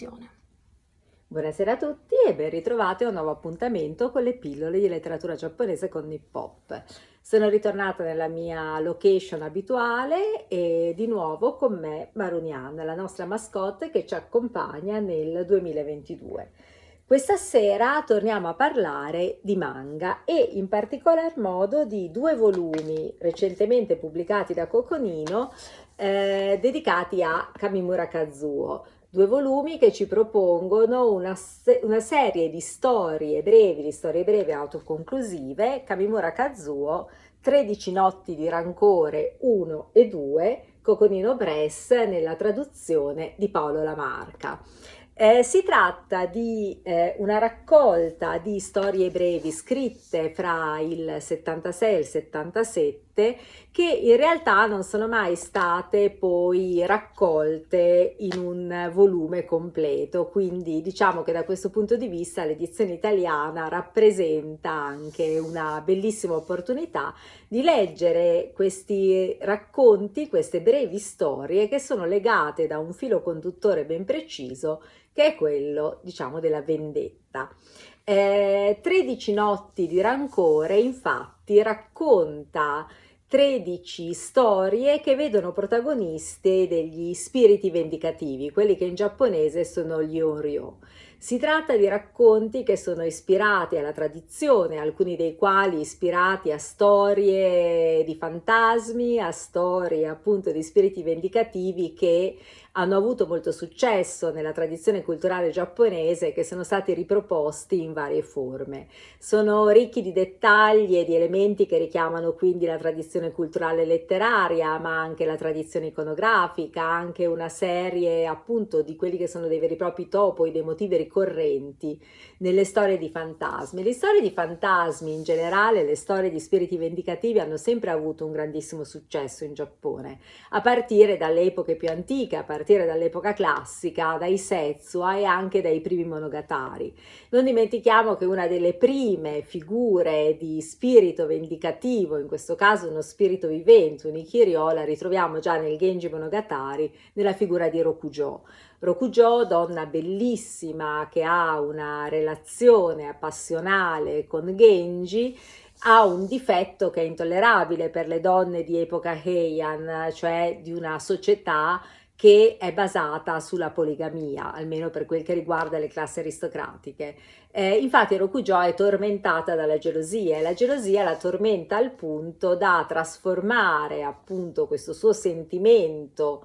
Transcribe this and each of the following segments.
condivisione. Buonasera a tutti e ben ritrovati a un nuovo appuntamento con le pillole di letteratura giapponese con Nippop. Sono ritornata nella mia location abituale e di nuovo con me Marunian, la nostra mascotte che ci accompagna nel 2022. Questa sera torniamo a parlare di manga e in particolar modo di due volumi recentemente pubblicati da Coconino dedicati a Kamimura Kazuo. Due volumi che ci propongono una serie di storie brevi autoconclusive, Kamimura Kazuo, 13 notti di rancore 1 e 2, Coconino Press nella traduzione di Paolo Lamarca. Si tratta di una raccolta di storie brevi scritte fra il 76 e il 77 che in realtà non sono mai state poi raccolte in un volume completo, quindi diciamo che da questo punto di vista l'edizione italiana rappresenta anche una bellissima opportunità di leggere questi racconti, queste brevi storie che sono legate da un filo conduttore ben preciso che è quello, diciamo, della vendetta. 13 notti di rancore, infatti, racconta 13 storie che vedono protagonisti degli spiriti vendicativi, quelli che in giapponese sono gli onryo. Si tratta di racconti che sono ispirati alla tradizione, alcuni dei quali ispirati a storie di fantasmi, a storie appunto di spiriti vendicativi che hanno avuto molto successo nella tradizione culturale giapponese, che sono stati riproposti in varie forme. Sono ricchi di dettagli e di elementi che richiamano quindi la tradizione culturale letteraria, ma anche la tradizione iconografica, anche una serie appunto di quelli che sono dei veri e propri topoi, dei motivi ricorrenti nelle storie di fantasmi. Le storie di fantasmi in generale, le storie di spiriti vendicativi hanno sempre avuto un grandissimo successo in Giappone, a partire dalle epoche più antiche, a partire dall'epoca classica, dai Setsua e anche dai primi Monogatari. Non dimentichiamo che una delle prime figure di spirito vendicativo, in questo caso uno spirito vivente, un Ikiryo, la ritroviamo già nel Genji Monogatari, nella figura di Rokujo. Rokujo, donna bellissima che ha una relazione appassionale con Genji, ha un difetto che è intollerabile per le donne di epoca Heian, cioè di una società che è basata sulla poligamia, almeno per quel che riguarda le classi aristocratiche. Infatti Rokujo è tormentata dalla gelosia e la gelosia la tormenta al punto da trasformare appunto questo suo sentimento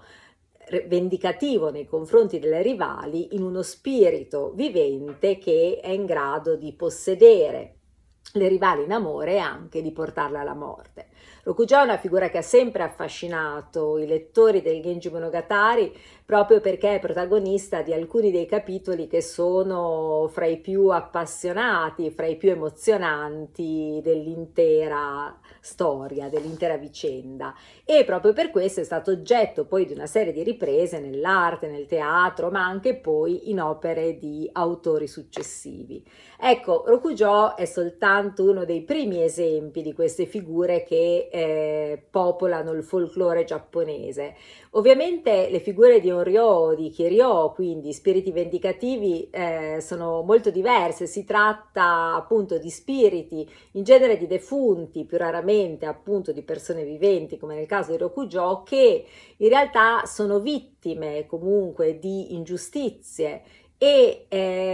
vendicativo nei confronti delle rivali in uno spirito vivente che è in grado di possedere le rivali in amore e anche di portarle alla morte. Rokujo è una figura che ha sempre affascinato i lettori del Genji Monogatari proprio perché è protagonista di alcuni dei capitoli che sono fra i più appassionati, fra i più emozionanti dell'intera storia, dell'intera vicenda, e proprio per questo è stato oggetto poi di una serie di riprese nell'arte, nel teatro, ma anche poi in opere di autori successivi. Ecco, Rokujo è soltanto uno dei primi esempi di queste figure che popolano il folklore giapponese. Ovviamente le figure di Onryo, di Kiryo, quindi spiriti vendicativi, sono molto diverse. Si tratta appunto di spiriti, in genere di defunti, più raramente appunto di persone viventi, come nel caso di Rokujo, che in realtà sono vittime comunque di ingiustizie e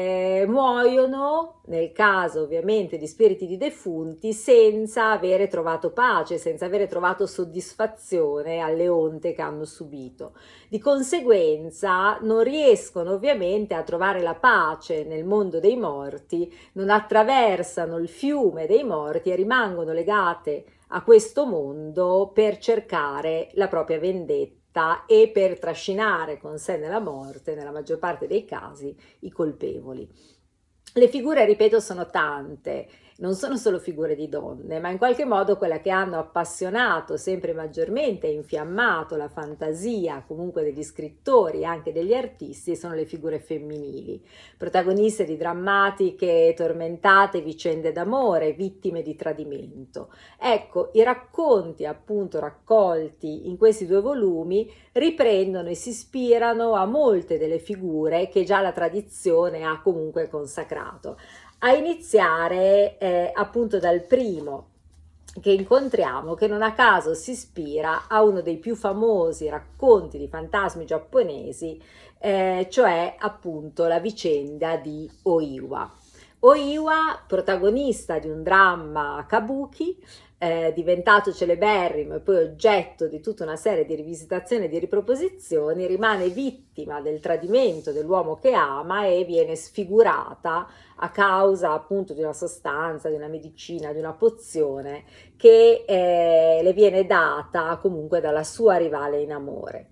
muoiono, nel caso ovviamente di spiriti di defunti, senza avere trovato pace, senza avere trovato soddisfazione alle onte che hanno subito. Di conseguenza non riescono ovviamente a trovare la pace nel mondo dei morti, non attraversano il fiume dei morti e rimangono legate a questo mondo per cercare la propria vendetta e per trascinare con sé nella morte, nella maggior parte dei casi, i colpevoli. Le figure, ripeto, sono tante, non sono solo figure di donne, ma in qualche modo quella che hanno appassionato sempre maggiormente e infiammato la fantasia comunque degli scrittori e anche degli artisti sono le figure femminili, protagoniste di drammatiche e tormentate vicende d'amore, vittime di tradimento. Ecco, i racconti appunto raccolti in questi due volumi riprendono e si ispirano a molte delle figure che già la tradizione ha comunque consacrato. A iniziare appunto dal primo che incontriamo, che non a caso si ispira a uno dei più famosi racconti di fantasmi giapponesi, cioè appunto la vicenda di Oiwa. Oiwa, protagonista di un dramma kabuki, diventato celeberrimo e poi oggetto di tutta una serie di rivisitazioni e di riproposizioni, rimane vittima del tradimento dell'uomo che ama e viene sfigurata a causa appunto di una sostanza, di una medicina, di una pozione che le viene data comunque dalla sua rivale in amore.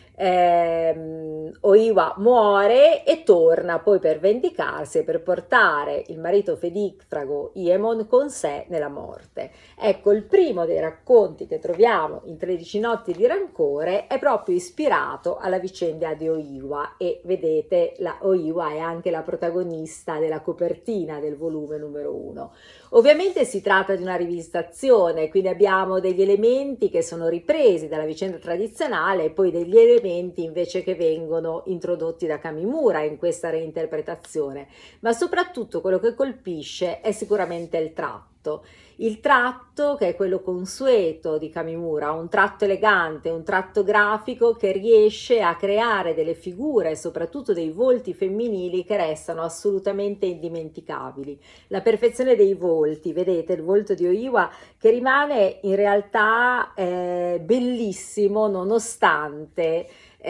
Oiwa muore e torna poi per vendicarsi e per portare il marito fedifrago Iemon con sé nella morte. Ecco, il primo dei racconti che troviamo in 13 notti di rancore è proprio ispirato alla vicenda di Oiwa e vedete, la Oiwa è anche la protagonista della copertina del volume numero 1. Ovviamente si tratta di una rivisitazione, quindi abbiamo degli elementi che sono ripresi dalla vicenda tradizionale e poi degli elementi invece che vengono introdotti da Kamimura in questa reinterpretazione, ma soprattutto quello che colpisce è sicuramente il tratto. Il tratto che è quello consueto di Kamimura, un tratto elegante, un tratto grafico che riesce a creare delle figure, soprattutto dei volti femminili che restano assolutamente indimenticabili. La perfezione dei volti, vedete il volto di Oiwa che rimane in realtà bellissimo nonostante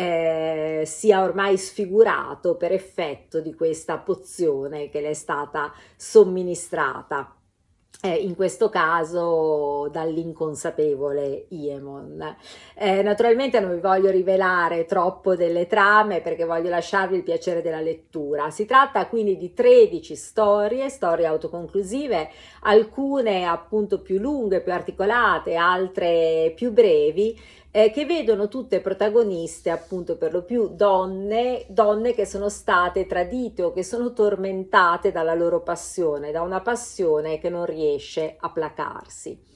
sia ormai sfigurato per effetto di questa pozione che le è stata somministrata. In questo caso dall'inconsapevole Iemon. Naturalmente non vi voglio rivelare troppo delle trame perché voglio lasciarvi il piacere della lettura. Si tratta quindi di 13 storie autoconclusive, alcune appunto più lunghe, più articolate, altre più brevi, che vedono tutte protagoniste appunto per lo più donne che sono state tradite o che sono tormentate dalla loro passione, da una passione che non riesce a placarsi.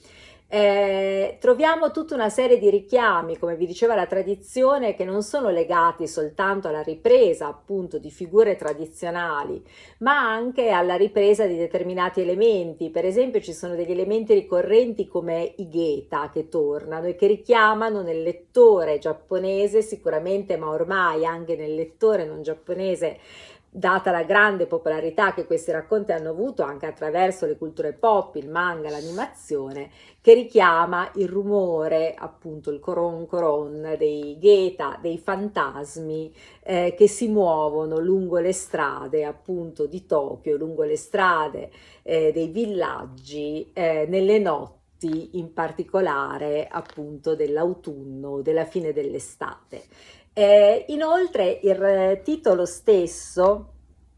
Troviamo tutta una serie di richiami, come vi diceva la tradizione, che non sono legati soltanto alla ripresa appunto di figure tradizionali, ma anche alla ripresa di determinati elementi. Per esempio ci sono degli elementi ricorrenti come i geta che tornano e che richiamano nel lettore giapponese sicuramente, ma ormai anche nel lettore non giapponese, data la grande popolarità che questi racconti hanno avuto anche attraverso le culture pop, il manga, l'animazione, che richiama il rumore, appunto il coron coron dei geta, dei fantasmi che si muovono lungo le strade appunto di Tokyo, lungo le strade dei villaggi nelle notti, in particolare appunto dell'autunno, della fine dell'estate. Inoltre il titolo stesso,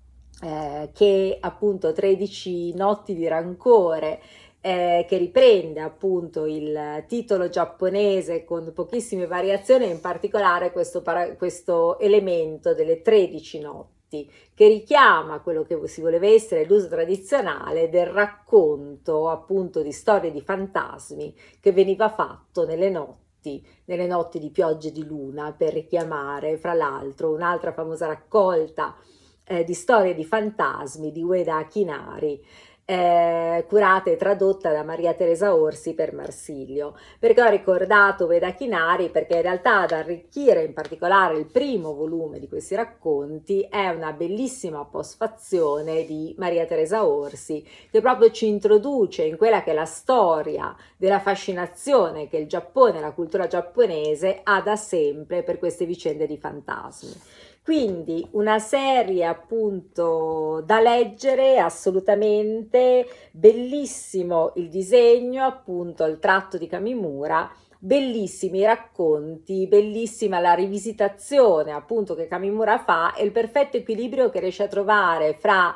che appunto 13 notti di rancore, che riprende appunto il titolo giapponese con pochissime variazioni, in particolare questo elemento delle 13 notti, che richiama quello che si voleva essere l'uso tradizionale del racconto appunto di storie di fantasmi che veniva fatto nelle notti di pioggia e di luna, per richiamare fra l'altro un'altra famosa raccolta di storie di fantasmi di Ueda Akinari, curata e tradotta da Maria Teresa Orsi per Marsilio. Perché ho ricordato Ueda Chinari? Perché in realtà ad arricchire in particolare il primo volume di questi racconti è una bellissima postfazione di Maria Teresa Orsi, che proprio ci introduce in quella che è la storia della fascinazione che il Giappone e la cultura giapponese ha da sempre per queste vicende di fantasmi. Quindi una serie appunto da leggere assolutamente, bellissimo il disegno, appunto il tratto di Kamimura, bellissimi i racconti, bellissima la rivisitazione appunto che Kamimura fa e il perfetto equilibrio che riesce a trovare fra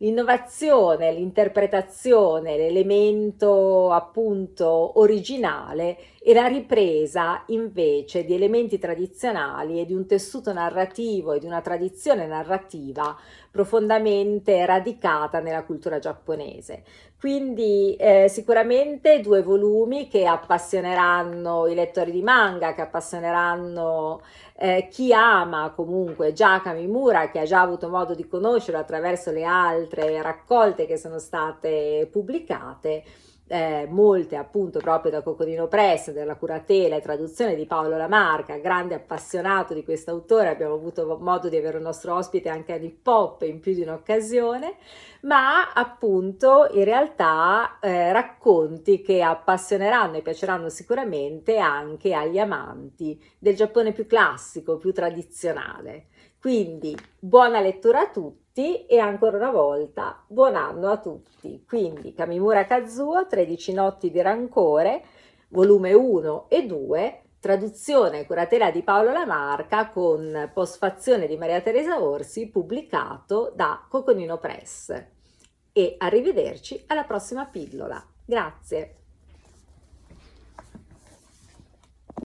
l'innovazione, l'interpretazione, l'elemento appunto originale e la ripresa invece di elementi tradizionali e di un tessuto narrativo e di una tradizione narrativa profondamente radicata nella cultura giapponese. Quindi sicuramente due volumi che appassioneranno i lettori di manga, che appassioneranno chi ama comunque già Kamimura, che ha già avuto modo di conoscerlo attraverso le altre raccolte che sono state pubblicate, molte appunto proprio da Coconino Press, della curatela e traduzione di Paolo Lamarca, grande appassionato di questo autore. Abbiamo avuto modo di avere un nostro ospite anche a Nippop in più di un'occasione, ma appunto in realtà racconti che appassioneranno e piaceranno sicuramente anche agli amanti del Giappone più classico, più tradizionale. Quindi buona lettura a tutti e ancora una volta buon anno a tutti. Quindi Kamimura Kazuo, 13 notti di rancore, volume 1 e 2, traduzione e curatela di Paolo Lamarca con postfazione di Maria Teresa Orsi, pubblicato da Coconino Press. E arrivederci alla prossima pillola. Grazie.